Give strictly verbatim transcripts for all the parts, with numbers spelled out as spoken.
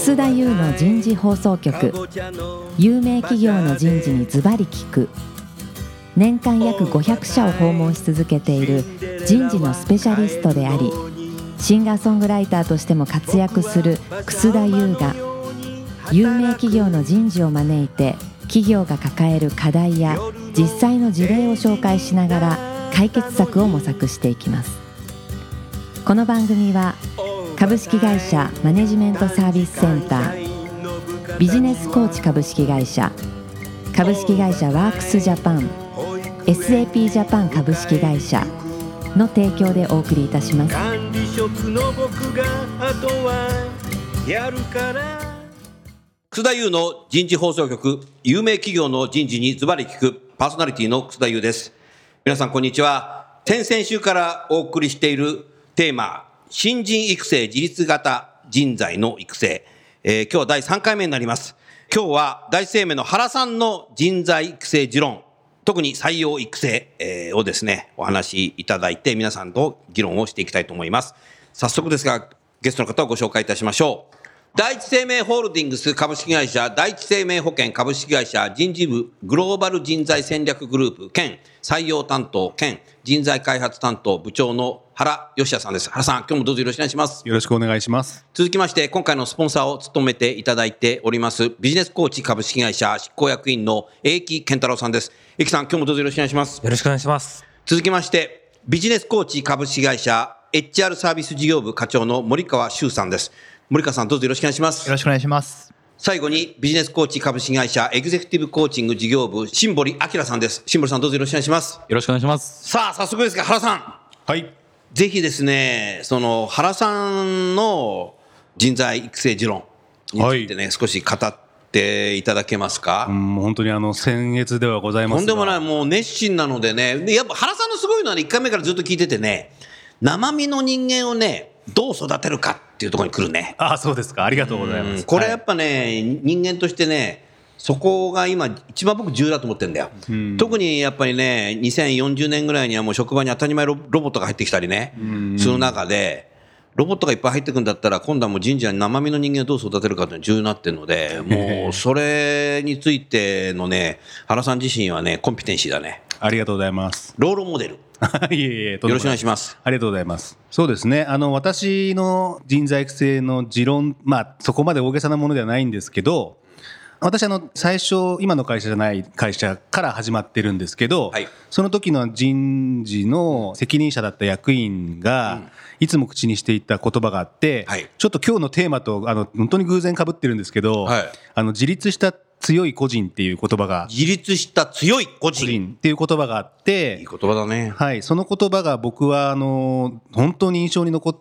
楠田優の人事放送局。有名企業の人事にズバリ聞く。年間約ごひゃくしゃを訪問し続けている人事のスペシャリストであり、シンガーソングライターとしても活躍する楠田優が、有名企業の人事を招いて企業が抱える課題や実際の事例を紹介しながら解決策を模索していきます。この番組は株式会社マネジメントサービスセンター、ビジネスコーチ株式会社、株式会社ワークスジャパン、 エスエーピー ジャパン株式会社の提供でお送りいたします。 管理職の僕があとはやるから。 楠田優の人事放送局、有名企業の人事にズバリ聞く、パーソナリティの楠田優です。皆さんこんにちは。先々週からお送りしているテーマ、新人育成自立型人材の育成、えー、今日はだいさんかいめになります。今日は第一生命の原さんの人材育成持論、特に採用育成、えー、をですねお話しいただいて、皆さんと議論をしていきたいと思います。早速ですがゲストの方をご紹介いたしましょう。第一生命ホールディングス株式会社、第一生命保険株式会社人事部グローバル人材戦略グループ兼採用担当兼人材開発担当部長の原義也さんです。原さん、今日もどうぞよろしくお願いします。 よろしくお願いします。 続きまして、今回のスポンサーを務めていただいておりますビジネスコーチ株式会社執行役員の英木健太郎さんです。英木さん、今日もどうぞよろしくお願いします。 よろしくお願いします。 続きまして、ビジネスコーチ株式会社 エイチアール サービス事業部課長の森川修さんです。森川さん、どうぞよろしくお願いします。 よろしくお願いします。 最後にビジネスコーチ株式会社エグゼクティブコーチング事業部新堀明さんです。新堀さん、どうぞよろしくお願いします。 よろしくお願いします。 さあ、早速ですが原さん、 はい。 ぜひですね、その原さんの人材育成持論についてね、はい、少し語っていただけますか。 うん、本当にあの僭越ではございますが、 とんでもない、もう熱心なのでね。でやっぱ原さんのすごいのはね、いっかいめからずっと聞いててね、生身の人間をねどう育てるかっていうところに来るね。 ああ、そうですか。ありがとうございます。 これやっぱね、はい、人間としてね、そこが今一番僕重要だと思ってるんだよ。特にやっぱりね、にせんよんじゅうねんぐらいにはもう職場に当たり前ロボットが入ってきたりね、する中で、ロボットがいっぱい入ってくるんだったら、今度はもう人事は生身の人間をどう育てるかって重要になってるので、もうそれについてのね、原さん自身はね、コンピテンシーだね。 ありがとうございます。 ロールモデルいえいえ、よろしくお願いします。 ありがとうございます。そうですね、あの私の人材育成の持論、まあそこまで大げさなものではないんですけど、私あの最初今の会社じゃない会社から始まってるんですけど、はい、その時の人事の責任者だった役員がいつも口にしていた言葉があって、はい、ちょっと今日のテーマとあの本当に偶然被ってるんですけど、はい、あの自立した強い個人っていう言葉が、 自立した強い個人っていう言葉があって、 いい言葉だね。 はい、その言葉が僕はあの本当に印象に残って、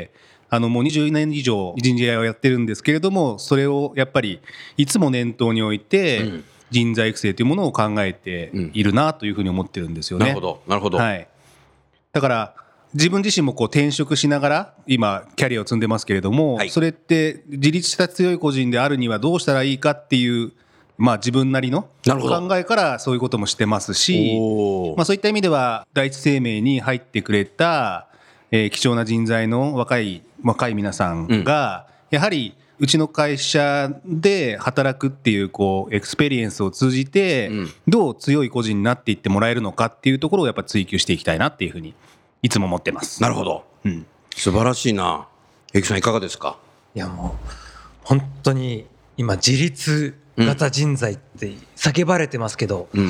あのもうにじゅうねん以上人事をやってるんですけれども、それをやっぱりいつも念頭に置いて人材育成というものを考えているなというふうに思ってるんですよね。 なるほど、なるほど。 はい、だから自分自身もこう転職しながら今キャリアを積んでますけれども、はい、それって自立した強い個人であるにはどうしたらいいかっていう、まあ、自分なりの考えからそういうこともしてますし、まあ、そういった意味では第一生命に入ってくれた、えー、貴重な人材の若い若い皆さんが、うん、やはりうちの会社で働くっていうこうエクスペリエンスを通じて、うん、どう強い個人になっていってもらえるのかっていうところをやっぱ追求していきたいなっていうふうにいつも思ってます。 なるほど、うん、素晴らしいな。英樹さんいかがですか。 いやもう本当に今自立型人材って叫ばれてますけど、うんうん、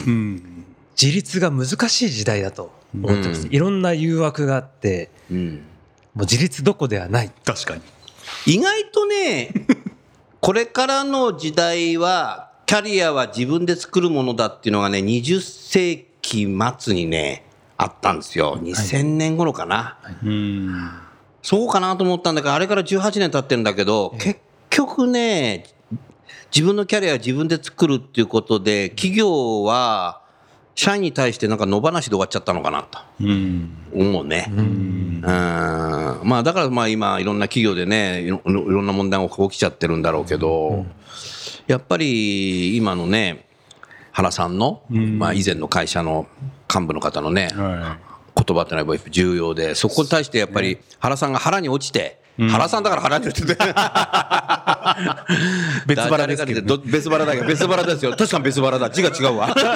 自立が難しい時代だと思ってます、うん、いろんな誘惑があって、うん、もう自立どこではない。 確かに意外とねこれからの時代はキャリアは自分で作るものだっていうのがね、にじゅっせいき末にねあったんですよ。にせんねん頃かな、はいはい、うんそうかなと思ったんだけど、あれからじゅうはちねん経ってるんだけど、え結局ね自分のキャリアを自分で作るっていうことで、企業は社員に対してなんか野放しで終わっちゃったのかなと思うね。うんうんまあだからまあ今いろんな企業でねいろ、いろんな問題が起きちゃってるんだろうけど、うん、やっぱり今のね原さんの、まあ以前の会社の幹部の方のね、はい、言葉ってのはやっぱり重要で、そこに対してやっぱり原さんが腹に落ちてうん、原さんだから原に言ってて別腹ですけど、 ね、別腹だけど別腹ですよ。確かに別腹だ。字が違うわ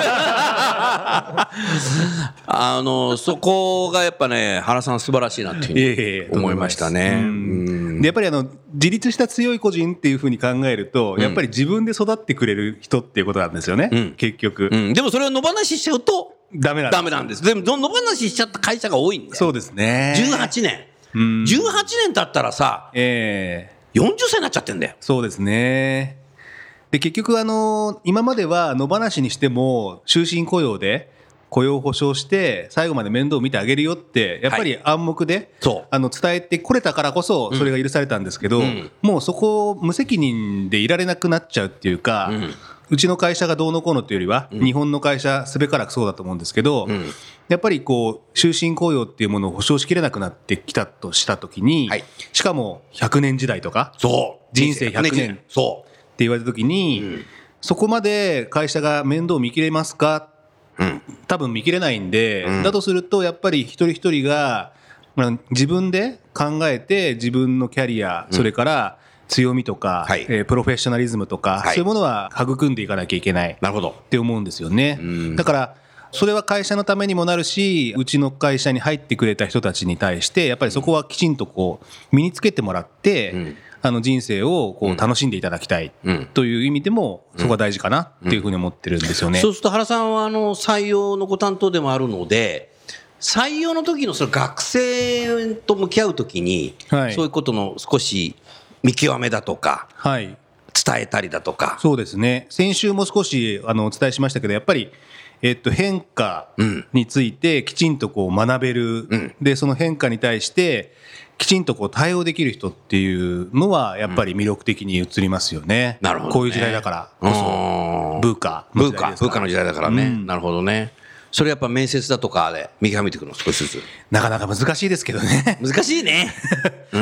あのそこがやっぱね原さん素晴らしいなっていうふうに思いましたね。 でやっぱりあの自立した強い個人っていうふうに考えると、うん、やっぱり自分で育ってくれる人っていうことなんですよね、うん、結局、 うん、でもそれを野放ししちゃうとダメなんです。 ダメなんです。でも野放ししちゃった会社が多いんで。 そうですね。 じゅうはちねん、うん、じゅうはちねん経ったらさ、えー、よんじゅっさいになっちゃってんだよ。 そうですね。で結局あの今までは野放しにしても終身雇用で雇用保障して最後まで面倒を見てあげるよってやっぱり暗黙で、はい、あの伝えてこれたからこそそれが許されたんですけど、うん、もうそこを無責任でいられなくなっちゃうっていうか、うん、うちの会社がどうのこうのっていうよりは、うん、日本の会社すべからくそうだと思うんですけど、うん、やっぱりこう終身雇用っていうものを保障しきれなくなってきたとしたときに、はい、しかもひゃくねん時代とかそう人生ひゃくねんって言われたときに、うん、そこまで会社が面倒を見切れますか、うん、多分見切れないんで、うん、だとするとやっぱり一人一人が自分で考えて自分のキャリア、うん、それから強みとか、はいえー、プロフェッショナリズムとか、はい、そういうものは育んでいかなきゃいけないって思うんですよね。だからそれは会社のためにもなるし、うちの会社に入ってくれた人たちに対してやっぱりそこはきちんとこう身につけてもらって、うんあの人生をこう楽しんでいただきたいという意味でもそこが大事かなっていうふうに思ってるんですよね。 そうすると原さんはあの採用のご担当でもあるので、採用の時のその学生と向き合う時にそういうことの少し見極めだとか伝えたりだとか。 そうですね。先週も少しあのお伝えしましたけど、やっぱりえっと変化についてきちんとこう学べる、でその変化に対してきちんとこう対応できる人っていうのはやっぱり魅力的に映りますよね。 なるほどね。 こういう時代だからこそブーカブーカブーカの時代だからね、うん、なるほどね。それやっぱ面接だとかで見極めていくの少しずつ。 なかなか難しいですけどね。 難しいね。うん、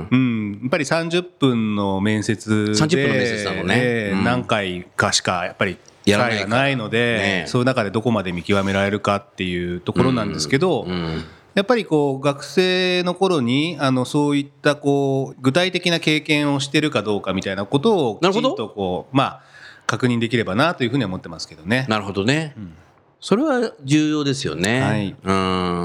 うん、やっぱりさんじゅっぷんの面接でさんじゅっぷんの面接なのね、 うん、何回かしかやっぱり機会がないので、ね、そういう中でどこまで見極められるかっていうところなんですけど、うんうんやっぱりこう学生の頃にあのそういったこう具体的な経験をしてるかどうかみたいなことをきちんとこうまあ確認できればなというふうには思ってますけどね。 なるほどね、うん、それは重要ですよね、はいうん、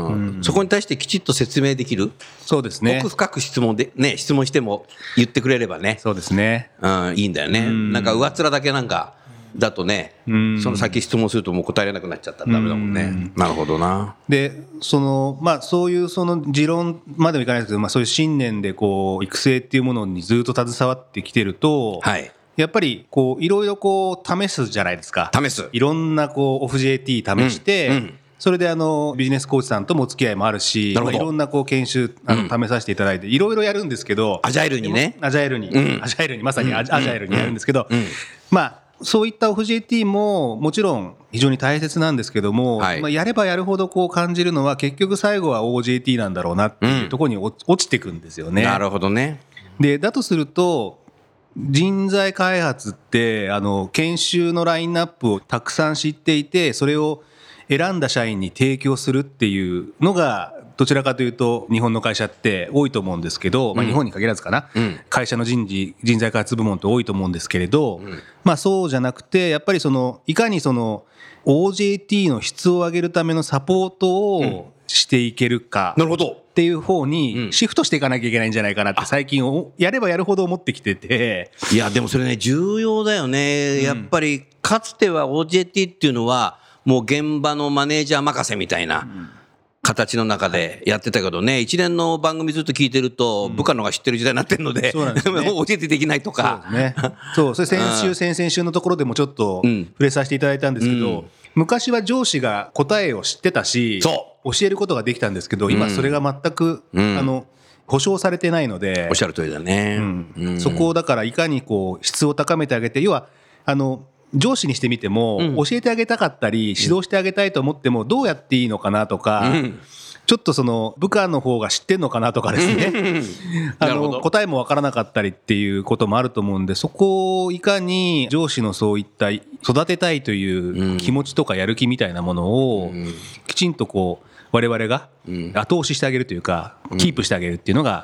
うん、そこに対してきちっと説明できる。 そうですね。 奥深く質問でね質問しても言ってくれればね。 そうですね、 うん、いいんだよね、うん、なんか上っ面だけなんかだとね、うん、その先質問するともう答えられなくなっちゃったらダメだもんね、うん、なるほどな。 でその、まあ、そういうその持論までもいかないですけど、まあ、そういう信念でこう育成っていうものにずっと携わってきてると、はい、やっぱりこういろいろこう試すじゃないですか。 試すいろんなこうオフ ジェーティー 試して、うんうんそれであのビジネスコーチさんともお付き合いもあるし、まあ、いろんなこう研修あの試させていただいていろいろやるんですけど、 アジャイルにねアジャイルに、うん、アジャイルにまさにアジャイルにやるんですけど、うんうん、まあそういった オフ ジェーティー ももちろん非常に大切なんですけども、はいまあ、やればやるほどこう感じるのは結局最後は オージェーティー なんだろうなっていうところに落ちてくんですよね、 うん、なるほどね。 でだとすると人材開発ってあの研修のラインナップをたくさん知っていてそれを選んだ社員に提供するっていうのがどちらかというと日本の会社って多いと思うんですけど、まあ、日本に限らずかな、うん、会社の人事人材開発部門って多いと思うんですけれど、うん、まあそうじゃなくてやっぱりそのいかにその オージェーティー の質を上げるためのサポートをしていけるかっていう方にシフトしていかなきゃいけないんじゃないかなって最近やればやるほど思ってきてて。 いやでもそれね重要だよね、うん、やっぱりかつては オージェーティー っていうのはもう現場のマネージャー任せみたいな形の中でやってたけどね、一連の番組ずっと聞いてると部下のが知ってる時代になってるので、うん、そうなんですね、教えてできないとか。 そうですね。そう、それ先週先々週のところでもちょっと触れさせていただいたんですけど、うん、昔は上司が答えを知ってたし教えることができたんですけど、今それが全く、うん、あの保証されてないので、 おっしゃる通りだね、 うんうん、そこをだからいかにこう質を高めてあげて、要はあの上司にしてみても、うん、教えてあげたかったり指導してあげたいと思ってもどうやっていいのかなとか、うん、ちょっとその部下の方が知ってんのかなとかですねあの答えもわからなかったりっていうこともあると思うんで、そこをいかに上司のそういった育てたいという気持ちとかやる気みたいなものをきちんとこう我々が後押ししてあげるというかキープしてあげるっていうのが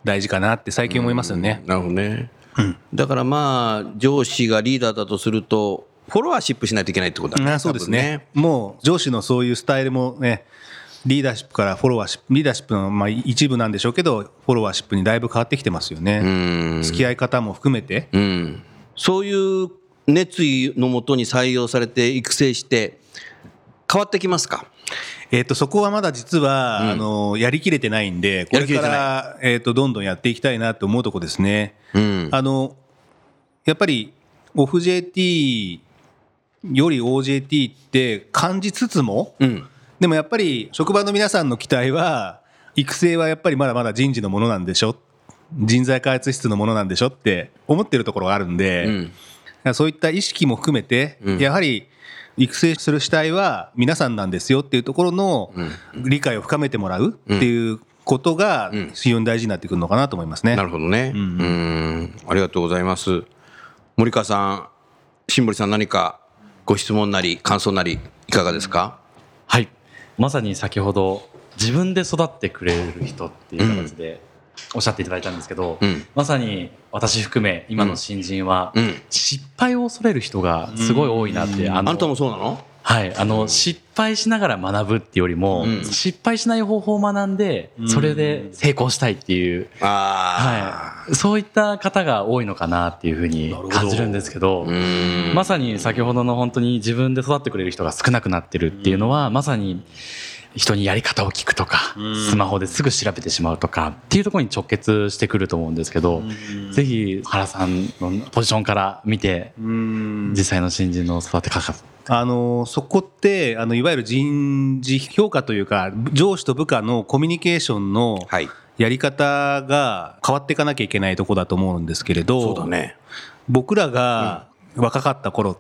大事かなって最近思いますよね。 なるほどね、うん、だからまあ上司がリーダーだとするとフォロワーシップしないといけないってことだね。 あそうですね。もう上司のそういうスタイルもね、リーダーシップからフォロワーシップ、リーダーシップのまあ一部なんでしょうけど、フォロワーシップにだいぶ変わってきてますよね。うん付き合い方も含めて、 うん、そういう熱意のもとに採用されて育成して変わってきますか？ えー、とそこはまだ実は、うん、あのやりきれてないんで、これから、えー、とどんどんやっていきたいなと思うところですね。うん、あのやっぱり オフジェーティー より オージェーティー って感じつつも、うん、でもやっぱり職場の皆さんの期待は育成はやっぱりまだまだ人事のものなんでしょ、人材開発室のものなんでしょって思ってるところがあるんで、うん、そういった意識も含めて、うん、やはり育成する主体は皆さんなんですよっていうところの理解を深めてもらうっていうことが非常に大事になってくるのかなと思いますね。 なるほどね、うんうん、うんありがとうございます。森川さん、新堀さん、何かご質問なり感想なりいかがですか？ はい、まさに先ほど自分で育ってくれる人っていう形でおっしゃっていただいたんですけど、うん、まさに私含め今の新人は失敗を恐れる人がすごい多いなって、 うん、あのあなたもそうなの？ はい、あの失敗しながら学ぶっていうよりも、うん、失敗しない方法を学んでそれで成功したいっていう、うんはい、そういった方が多いのかなっていうふうに感じるんですけど、まさに先ほどの本当に自分で育ってくれる人が少なくなってるっていうのは、まさに人にやり方を聞くとかスマホですぐ調べてしまうとかっていうところに直結してくると思うんですけど、ぜひ原さんのポジションから見て実際の新人の育て方、 あのそこってあのいわゆる人事評価というか上司と部下のコミュニケーションのやり方が変わっていかなきゃいけないところだと思うんですけれど、 そうだね、 僕らが若かった頃って、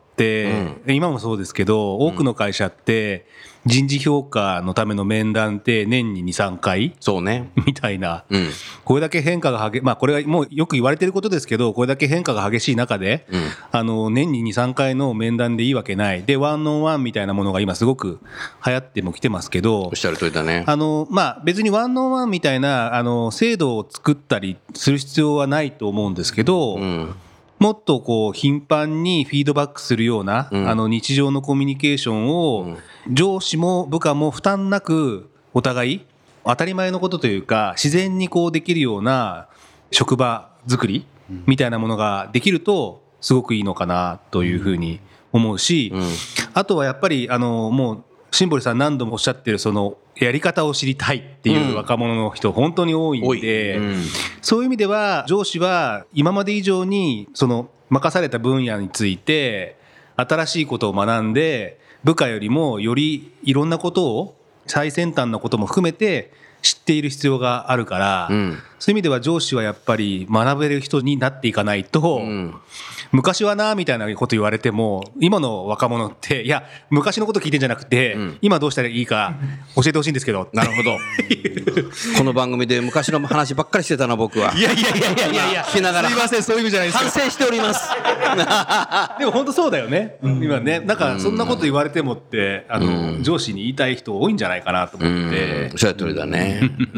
うん、今もそうですけど多くの会社って人事評価のための面談って年に にさんかいそうねみたいな、うん、これだけ変化が激まあこれはもうよく言われてることですけど、これだけ変化が激しい中で、うん、あの年に にさんかいの面談でいいわけないで、ワンオンワンみたいなものが今すごく流行ってもきてますけど、 おっしゃる通りだね。 あのまあ別にワンオンワンみたいなあの制度を作ったりする必要はないと思うんですけど、うんもっとこう頻繁にフィードバックするような、うん、あの日常のコミュニケーションを上司も部下も負担なくお互い当たり前のことというか自然にこうできるような職場作りみたいなものができるとすごくいいのかなというふうに思うし、うん、あとはやっぱりあのもう新堀さん何度もおっしゃってるそのやり方を知りたいっていう若者の人本当に多いんで、うんうん、そういう意味では上司は今まで以上にその任された分野について新しいことを学んで部下よりもよりいろんなことを最先端のことも含めて知っている必要があるから、うん、そういう意味では上司はやっぱり学べる人になっていかないと、うん、昔はなみたいなこと言われても今の若者っていや昔のこと聞いてんじゃなくて、うん、今どうしたらいいか教えてほしいんですけど。 なるほどこの番組で昔の話ばっかりしてたな僕は。 いやいやいやいやいやいや聞きながらすいませんそういう意味じゃないですか。 反省しておりますでも本当そうだよね、うん、今ねなんかそんなこと言われてもってあの、うん、上司に言いたい人多いんじゃないかなと思って、 うん、おっしゃる通りだねうん、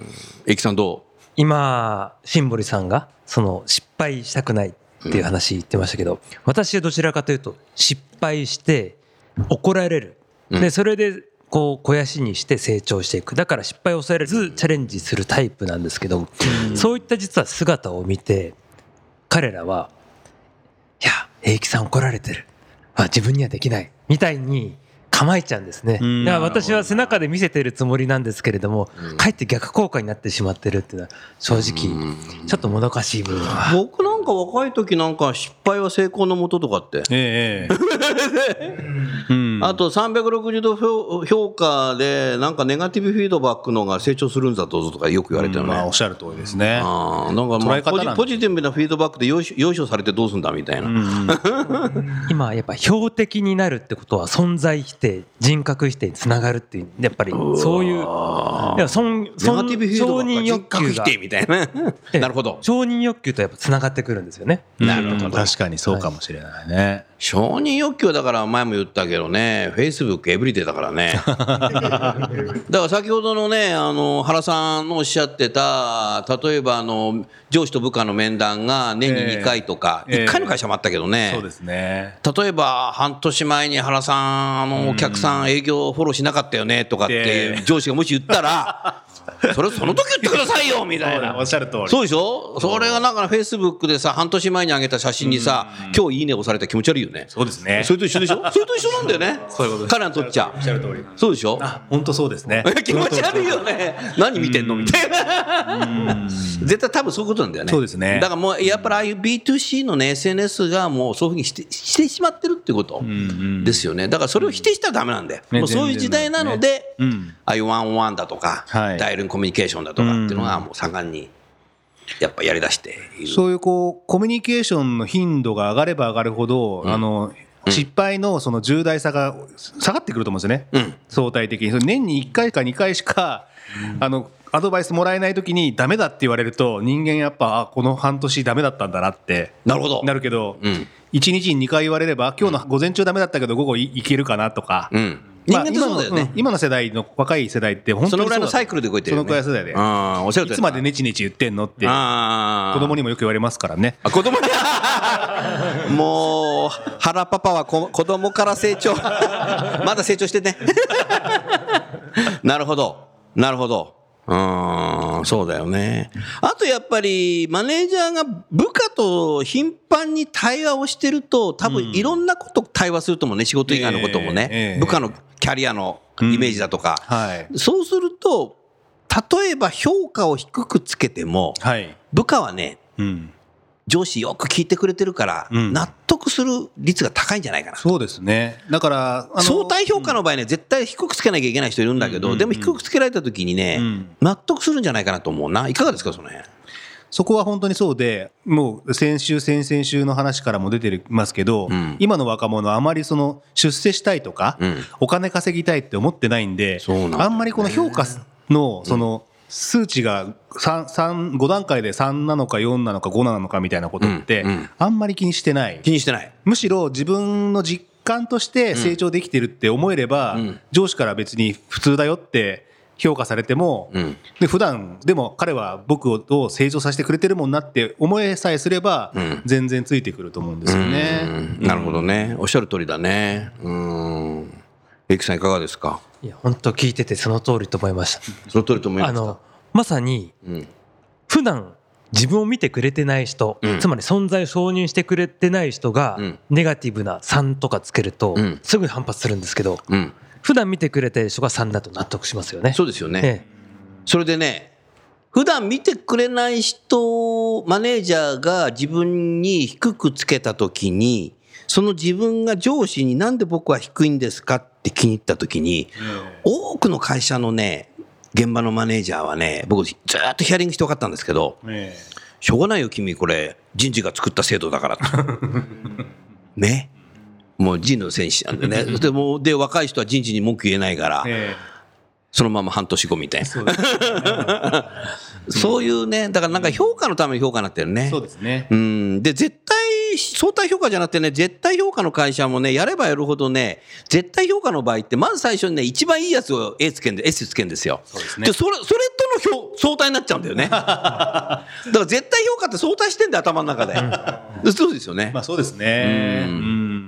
えきさんどう？ 今新堀さんがその失敗したくないっていう話言ってましたけど、うん、私はどちらかというと失敗して怒られる、うん、でそれでこう肥やしにして成長していく、だから失敗を抑えられずチャレンジするタイプなんですけど、うん、そういった実は姿を見て彼らはいやえきさん怒られてる、あ自分にはできないみたいに構えちゃうんですね。だから私は背中で見せてるつもりなんですけれども、かえって逆効果になってしまってるっていうのは正直ちょっともどかしい部分は。 僕なんか若い時なんか失敗は成功のもととかって、ええうん、あとさんびゃくろくじゅうど評価でなんかネガティブフィードバックのが成長するんだぞとかよく言われてるね、うんまあ、 おっしゃる通りですね。 あなんかまあポジ、ポジティブなフィードバックでよいしょされてどうすんだみたいな、うん、 今やっぱ標的になるってことは存在否定人格否定につながるっていうやっぱりそういういやそんそん承認欲求がみたいななるほど承認欲求とやっぱつながってくるんですよね。 なるほど確かにそうかもしれないね、はい承認欲求はだから前も言ったけどね、フェイスブックエブリデイだからね。だから先ほどのね、あの原さんのおっしゃってた、例えばあの上司と部下の面談が年ににかいとか、えー、いっかいの会社もあったけどね、 えー、そうですね。 例えば半年前に原さん、あのお客さん営業フォローしなかったよねとかって上司がもし言ったら、それその時言ってくださいよみたいな。 おっしゃる通り。 そうでしょ。それがなんかフェイスブックでさ、半年前に上げた写真にさ、今日いいね押されたら気持ち悪いよね。 そうですね。 それと一緒でしょ。それと一緒なんだよね。 そういうことです。 彼らにとっちゃ。 おっしゃる通り。 そうでしょ。 あ、本当そうですね。 気持ち悪いよね。何見てんのみたいな。絶対多分そういうことなんだよね。 そうですね。 だからもうやっぱりああいう ビーツーシー のね エスエヌエス がもうそういうふうにしてしてしまってるってことですよね。だからそれを否定したらダメなんだよ。もうそういう時代なので、ああいうワンオンワンだとか、ダイヤルコミュニケーションだとかっていうのがもう盛んにやっぱやりだしている。 そういうこうコミュニケーションの頻度が上がれば上がるほど、あの失敗のその重大さが下がってくると思うんですよね、うん、相対的に。年にいっかいかにかいしか、うん、あのアドバイスもらえないときにダメだって言われると、人間やっぱあこの半年ダメだったんだなってなるほどなるけど、うん、いちにちににかい言われれば今日の午前中ダメだったけど午後 い, いけるかなとか、うん、 人間ってそうだよね、 まあ、今の、うん、今の世代の若い世代って本当にそのぐらいのサイクルで動いてるよね。 そのぐらいの世代で、 あおっしゃるとおり、 いつまでネチネチ言ってんのって子供にもよく言われますからね。 あ子供にもう原パパはこ子供から成長まだ成長してねなるほどなるほど、うーんそうだよね。あとやっぱりマネージャーが部下と頻繁に対話をしてると、多分いろんなこと対話するともね、仕事以外のこともね、えーえー、部下のキャリアのイメージだとか、うんはい、そうすると例えば評価を低くつけても、はい、部下はね、うん上司よく聞いてくれてるから納得する率が高いんじゃないかな、うん、 そうですね。だからあの相対評価の場合ね、絶対低くつけなきゃいけない人いるんだけど、うんうんうん、でも低くつけられた時にね、うん、納得するんじゃないかなと思うな。いかがですかその辺。 そこは本当にそうで、もう先週先々週の話からも出てますけど、うん、今の若者はあまりその出世したいとか、うん、お金稼ぎたいって思ってないんで、そうなんだよね、あんまりこの評価のその、うん数値がご段階でさんなのかよんなのかごなのかみたいなことってあんまり気にしてない、 気にしてない。 むしろ自分の実感として成長できてるって思えれば、上司から別に普通だよって評価されても、で普段でも彼は僕を成長させてくれてるもんなって思えさえすれば全然ついてくると思うんですよね。 うんなるほどね、おっしゃる通りだね。うん、エイキさんいかがですか。 いや本当聞いててその通りと思いました。 その通りと思いました。 あのまさに普段自分を見てくれてない人、うん、つまり存在を承認してくれてない人がネガティブなさんとかつけるとすぐ反発するんですけど、うん、普段見てくれてる人がさんだと納得しますよね。 そうですよね、 ええ、 それでね、普段見てくれない人マネージャーが自分に低くつけた時に、その自分が上司になんで僕は低いんですかって気に入った時に、多くの会社のね現場のマネージャーはね、僕ずっとヒアリングして分かったんですけど、しょうがないよ君これ人事が作った制度だからとね、もう人の戦士なんでねでもで若い人は人事に文句言えないから、そのまま半年後みたいなそうです、ね、そういうね、だからなんか評価のために評価になってるね。 そうですね。 うんで絶対相対評価じゃなくてね、絶対評価の会社もね、やればやるほどね、絶対評価の場合ってまず最初にね、一番いいやつを A つけんで S つけんですよ。そうですね。でそれそれとの相対になっちゃうんだよね。だから絶対評価って相対してんだよ頭の中で。うん、そうですよね。 まあそうですね。うん。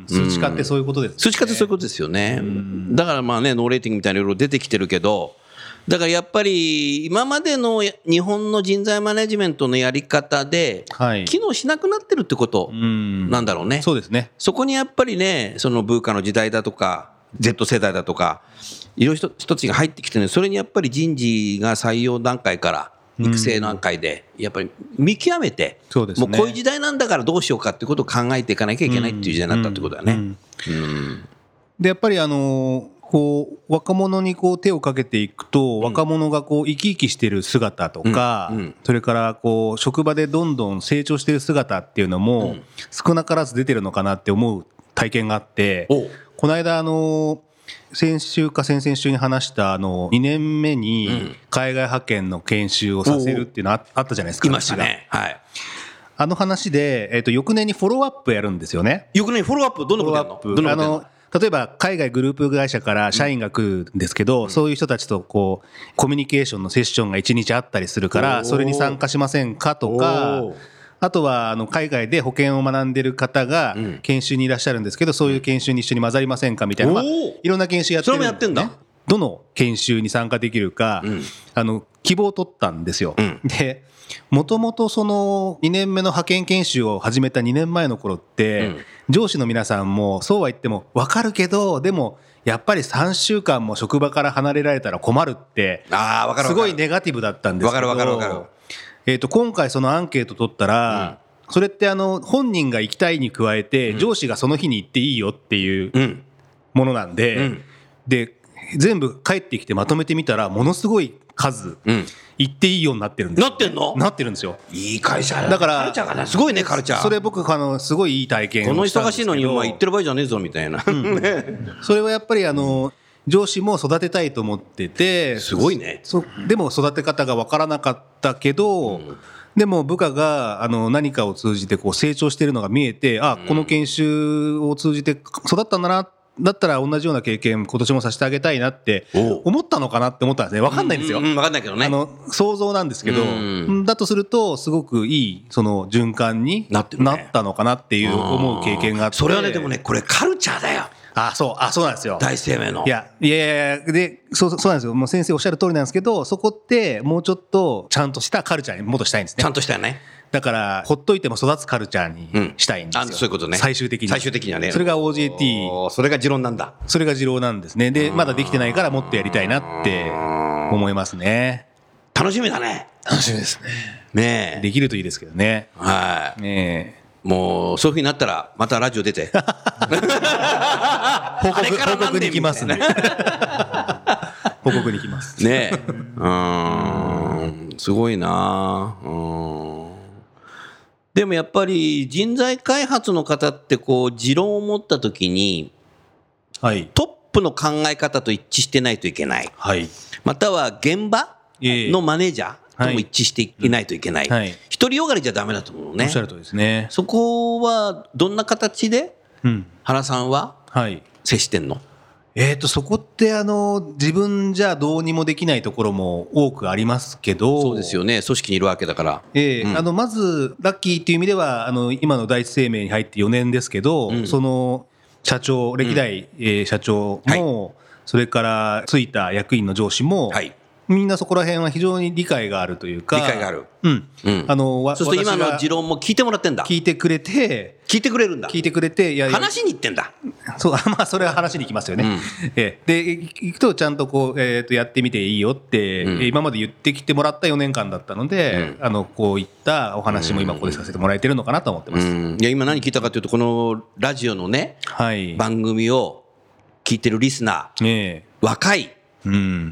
数値化ってそういうことですね。 数値化ってそういうことですよね。だからまあね、ノーレーティングみたいないろいろ出てきてるけど。だからやっぱり今までの日本の人材マネジメントのやり方で機能しなくなってるってことなんだろうね。 そうですね。 そこにやっぱりね、そのブーカの時代だとか Z 世代だとかいろいろ人たちが入ってきてね、それにやっぱり人事が採用段階から育成段階でやっぱり見極めて、もうこういう時代なんだからどうしようかってことを考えていかなきゃいけないっていう時代になったってことだね。 でやっぱりあのーこう若者にこう手をかけていくと、若者がこう生き生きしている姿とか、うんうん、それからこう職場でどんどん成長している姿っていうのも少なからず出てるのかなって思う体験があって、この間あの先週か先々週に話したあのにねんめに海外派遣の研修をさせるっていうのあったじゃないですか。 いましたね。はい。 あの話で、えー、と翌年にフォローアップやるんですよね。 翌年フォローアップどんなことやるの？どんなことやるの？ あの例えば海外グループ会社から社員が来るんですけど、うん、そういう人たちとこうコミュニケーションのセッションがいちにちあったりするからそれに参加しませんかとか、あとはあの海外で保険を学んでる方が研修にいらっしゃるんですけど、そういう研修に一緒に混ざりませんかみたいな、まあ、いろんな研修やってるんですね。それもやってんだ。どの研修に参加できるか、うん、あの希望を取ったんですよ、うん、でもともとそのにねんめの派遣研修を始めたにねんまえの頃って、うん、上司の皆さんもそうは言っても分かるけどでもやっぱりさんしゅうかんも職場から離れられたら困るってすごいネガティブだったんですけど、えーと今回そのアンケート取ったら、うん、それってあの本人が行きたいに加えて、うん、上司がその日に行っていいよっていうものなんで、うん、で全部帰ってきてまとめてみたらものすごい数、うん、行っていいようになってるんですよ。 なってんの？ なってるんですよ。 いい会社だからカルチャーがねすごいねカルチャー。 それ僕あのすごいいい体験をしたんですけど、 この忙しいのにお前行ってる場合じゃねえぞみたいな、うん、 それはやっぱりあの上司も育てたいと思ってて、 すごいね。 そでも育て方が分からなかったけど、うん、でも部下があの何かを通じてこう成長しているのが見えて、あこの研修を通じて育ったんだな、だったら同じような経験今年もさせてあげたいなって思ったのかなって思ったんですね。分かんないんですよ、 うんうん、分かんないけどね、 あの想像なんですけど、うん、だとするとすごくいいその循環になったのかなっていう思う経験があって、 それはねでもねこれカルチャーだよ。 あそうあそうなんですよ。 大生命のいやいやいやでそうそうなんですよ。もう先生おっしゃる通りなんですけど、そこってもうちょっとちゃんとしたカルチャーに戻したいんですね。 ちゃんとしたよね。 だからほっといても育つカルチャーにしたいんですよ、うん、あそういうことね。 最終的に最終的にはね。 それが オージェーティー、 それが持論なんだ。 それが持論なんですね。でまだできてないからもっとやりたいなって思いますね。 楽しみだね。 楽しみですね。 ねえできるといいですけどね。 はい、 ねえもうそういう風になったらまたラジオ出て報告報告に行きますね報告に行きますねえうんすごいな。うんでもやっぱり人材開発の方ってこう持論を持った時に、はい、トップの考え方と一致してないといけない、はい、または現場のマネージャーとも一致していないといけない、はい、独りよがりじゃダメだと思うね。 おっしゃるとおりですね。 そこはどんな形で原さんは接してんの？ えー、とそこってあの自分じゃどうにもできないところも多くありますけど。 そうですよね。組織にいるわけだから、 えーうん、あのまずラッキーという意味ではあの今の第一生命に入ってよねんですけど、うん、その社長歴代、うんえー、社長も、はい、それからついた役員の上司も、はいみんなそこら辺は非常に理解があるというか。 理解がある。 うん。うん、あのそうすると今の持論も聞いてもらってんだ。 聞いてくれて。 聞いてくれるんだ。 聞いてくれて、いやいや話に行ってんだ。 そう、まあそれは話に行きますよね。うん、えで行くとちゃんとこうえっ、ー、とやってみていいよって、うん、今まで言ってきてもらったよねんかんだったので、うん、あのこういったお話も今ここでさせてもらえてるのかなと思ってます。 うん、いや今何聞いたかというとこのラジオのね、はい、番組を聞いてるリスナー、ね、若い、うん、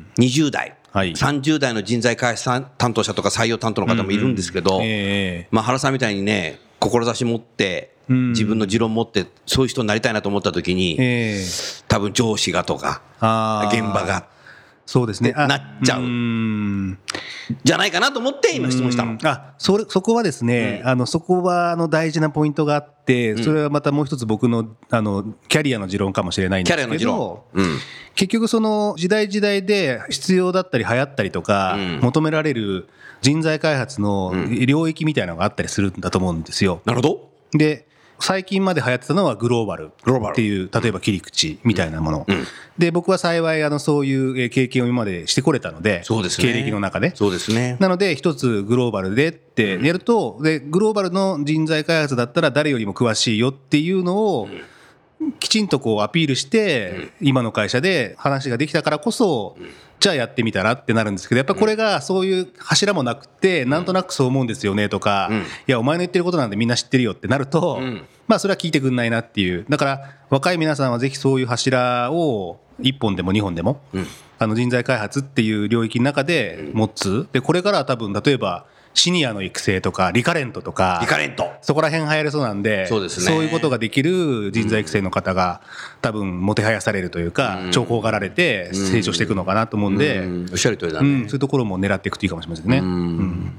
にじゅう代。はい、さんじゅう代の人材開発担当者とか採用担当の方もいるんですけど、うんうんえーまあ、原さんみたいにね志持って自分の持論持ってそういう人になりたいなと思った時に、えー、多分上司がとか現場がそうですねなっちゃううんじゃないかなと思って今質問したの。 あ そ, れそこはですね、うん、あのそこはあの大事なポイントがあってそれはまたもう一つ僕 の, あのキャリアの持論かもしれないんですけど、キャリアの持論、うん、結局その時代時代で必要だったり流行ったりとか、うん、求められる人材開発の領域みたいなのがあったりするんだと思うんですよ。 なるほど。 で最近まで流行ってたのはグローバルっていう例えば切り口みたいなもの、うんうん、で僕は幸いあのそういう経験を今までしてこれたので、そうですね、経歴の中でそうですね。 なので一つグローバルでってやると、でグローバルの人材開発だったら誰よりも詳しいよっていうのをきちんとこうアピールして今の会社で話ができたからこそじゃあやってみたらってなるんですけど、やっぱこれがそういう柱もなくてなんとなくそう思うんですよねとか、いやお前の言ってることなんでみんな知ってるよってなると、まあそれは聞いてくんないなっていう。だから若い皆さんはぜひそういう柱をいっぽんでもにほんでもあの人材開発っていう領域の中で持つ。でこれからは多分例えばシニアの育成とかリカレントとかリカレントそこら辺流行りそうなんで、そうですね、そういうことができる人材育成の方が多分もてはやされるというか、うん、重宝がられて成長していくのかなと思うんで、 うん、おっしゃる通りだね、 うん、そういうところも狙っていくといいかもしれませんね。うんうん、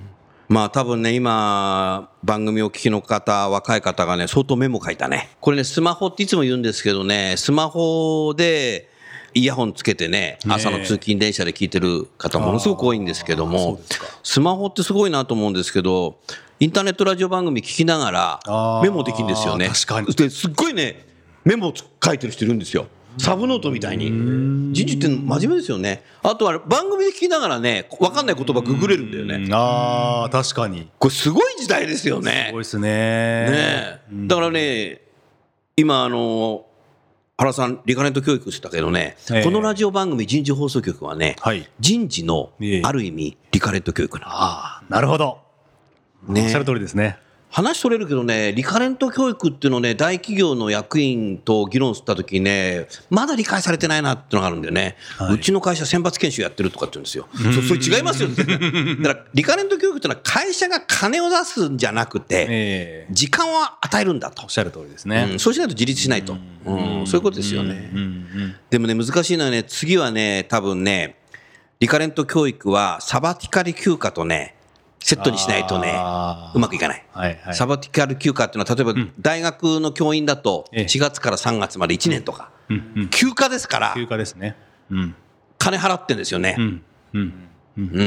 まあ多分ね、今番組を聞きの方、若い方がね相当メモ書いたね。これね、スマホっていつも言うんですけどね、スマホでイヤホンつけてね、朝の通勤電車で聞いてる方ものすごく多いんですけども、スマホってすごいなと思うんですけど、インターネットラジオ番組聞きながらメモできるんですよね。 確かに。 ですっごいねメモを書いてる人いるんですよ。サブノートみたいに。人事って真面目ですよね。あとは番組で聞きながらね、分かんない言葉ググれるんだよね。 ああ、確かに。 これすごい時代ですよね。 すごいですね。 ね、だからね、今あの原さんリカレント教育してたけどね、えー、このラジオ番組人事放送局はね、はい、人事のある意味リカレント教育なの。 ああ、なるほど。ね、おっしゃる通りですね。 話それるけどね、リカレント教育っていうのをね、大企業の役員と議論したときにね、まだ理解されてないなっていうのがあるんだよね、はい、うちの会社選抜研修やってるとかって言うんですよ。そ, それ違いますよってだからリカレント教育っていうのは会社が金を出すんじゃなくて、えー、時間を与えるんだと。 おっしゃる通りですね、 うん、そうしないと自立しないと、うんうん、そういうことですよね、うんうん、でもね難しいのはね、次はね多分ねリカレント教育はサバティカル休暇とねセットにしないとねうまくいかない、はいはい、サバティカル休暇っていうのは例えば大学の教員だとしがつからさんがつまでいちねんとか、うんうん、休暇ですから休暇ですね、うん、 金払ってんですよね、うんうんうんうん、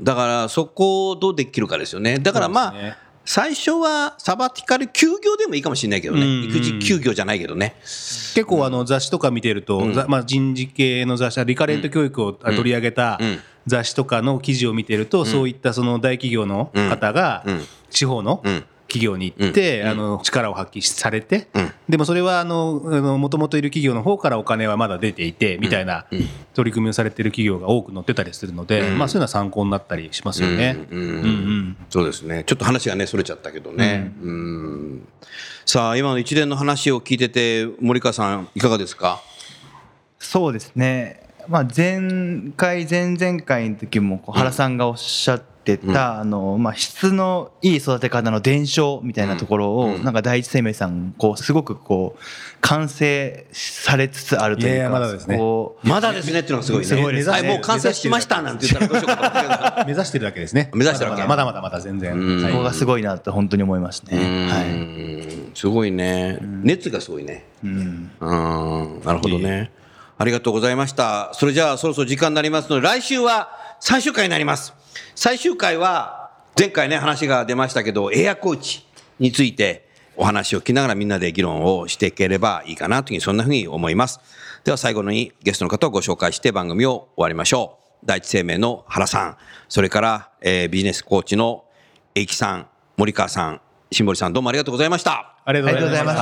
だからそこをどうできるかですよね。だからまあ、ね、最初はサバティカル休業でもいいかもしれないけどね、うんうん、育児休業じゃないけどね。 結構あの雑誌とか見てると、うんまあ、人事系の雑誌リカレント教育を取り上げた雑誌とかの記事を見てると、うん、そういったその大企業の方が地方の企業に行って、うん、あの力を発揮されて、うん、でもそれはあのもともといる企業の方からお金はまだ出ていてみたいな取り組みをされている企業が多く載ってたりするので、うんまあ、そういうのは参考になったりしますよね、うんうんうんうん、 そうですね。ちょっと話がねそれちゃったけどね、うんうん、さあ今の一連の話を聞いてて森川さんいかがですか？ そうですね、まあ、前回前々回の時もこう原さんがおっしゃってた、うんあのまあ、質のいい育て方の伝承みたいなところを、うん、なんか第一生命さんこうすごくこう完成されつつあるというか、いやいやまだですねこうまだですねっていうのがすごいね。すごいですね。もう完成しましたなんて言ったらどうしようかと思ったけど目指してるだけですね。目指してるわけ。まだまだまだ全然、うん、そこがすごいなと本当に思いますね、 はい、すごいね、うん、熱がすごいね、うん、うんなるほどね、ありがとうございました。それじゃあそろそろ時間になりますので、来週は最終回になります。最終回は前回ね話が出ましたけどエアコーチについてお話を聞きながらみんなで議論をしていければいいかなというそんなふうに思います。では最後にゲストの方をご紹介して番組を終わりましょう。第一生命の原さん、それから、えー、ビジネスコーチの英樹さん、森川さん、新堀さん、どうもありがとうございました。 ありがとうございました。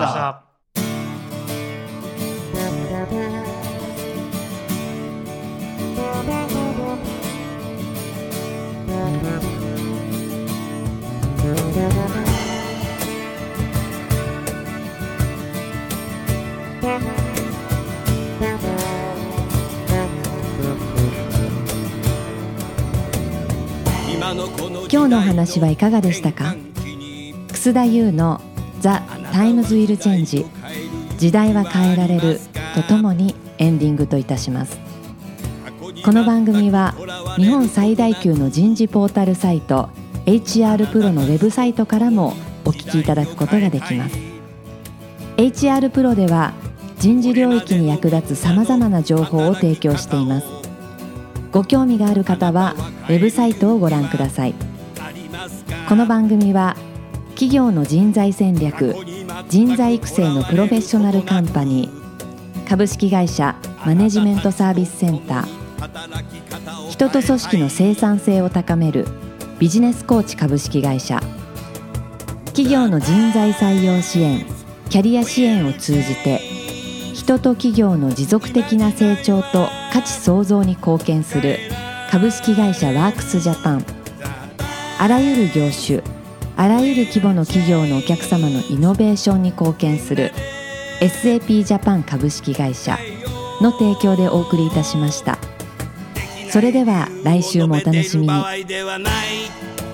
今日のお話はいかがでしたか？楠田優の The Times Will Change 時代は変えられるとともにエンディングといたします。この番組は日本最大級の人事ポータルサイト エイチアール プロのウェブサイトからもお聞きいただくことができます。 エイチアール プロでは人事領域に役立つさまざまな情報を提供しています。ご興味がある方はウェブサイトをご覧ください。この番組は企業の人材戦略、人材育成のプロフェッショナルカンパニー、株式会社マネジメントサービスセンター、人と組織の生産性を高めるビジネスコーチ株式会社、企業の人材採用支援、キャリア支援を通じて人と企業の持続的な成長と価値創造に貢献する株式会社ワークスジャパン、あらゆる業種、あらゆる規模の企業のお客様のイノベーションに貢献する エスエーピー ジャパン株式会社の提供でお送りいたしました。それでは来週もお楽しみに。